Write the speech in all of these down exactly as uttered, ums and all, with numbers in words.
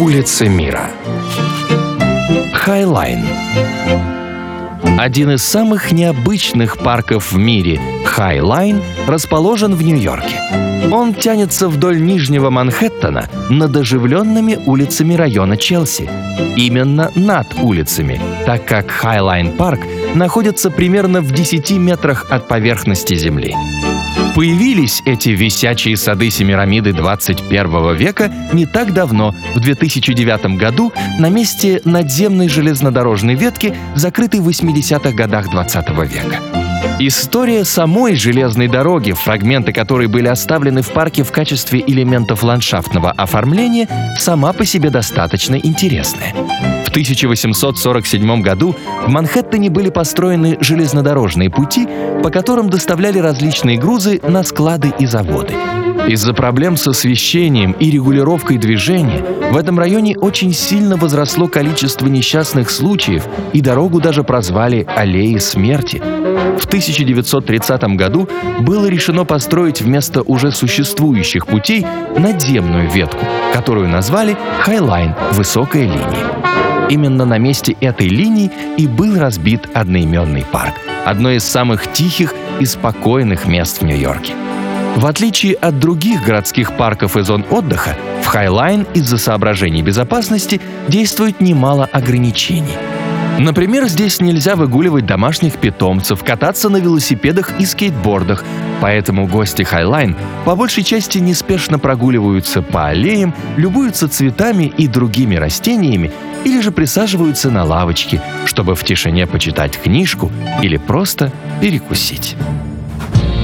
Улицы мира. Хай-Лайн. Один из самых необычных парков в мире, Хай-Лайн, расположен в Нью-Йорке. Он тянется вдоль Нижнего Манхэттена над оживленными улицами района Челси. Именно над улицами, так как Хай-Лайн парк находится примерно в десяти метрах от поверхности земли. Появились эти висячие сады Семирамиды двадцать первого века не так давно, в две тысячи девятом году, на месте надземной железнодорожной ветки, закрытой в восьмидесятых годах двадцатого века. История самой железной дороги, фрагменты которой были оставлены в парке в качестве элементов ландшафтного оформления, сама по себе достаточно интересная. В тысяча восемьсот сорок седьмом году в Манхэттене были построены железнодорожные пути, по которым доставляли различные грузы на склады и заводы. Из-за проблем с освещением и регулировкой движения в этом районе очень сильно возросло количество несчастных случаев, и дорогу даже прозвали «Аллеей смерти». В тысяча девятьсот тридцатом году было решено построить вместо уже существующих путей надземную ветку, которую назвали Хай-Лайн – «Высокая линия». Именно на месте этой линии и был разбит одноименный парк, одно из самых тихих и спокойных мест в Нью-Йорке. В отличие от других городских парков и зон отдыха, в Хай-Лайн из-за соображений безопасности действует немало ограничений. Например, здесь нельзя выгуливать домашних питомцев, кататься на велосипедах и скейтбордах, поэтому гости Хай-Лайн по большей части неспешно прогуливаются по аллеям, любуются цветами и другими растениями или же присаживаются на лавочке, чтобы в тишине почитать книжку или просто перекусить.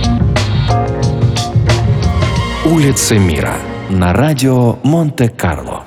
Улицы мира на радио Монте-Карло.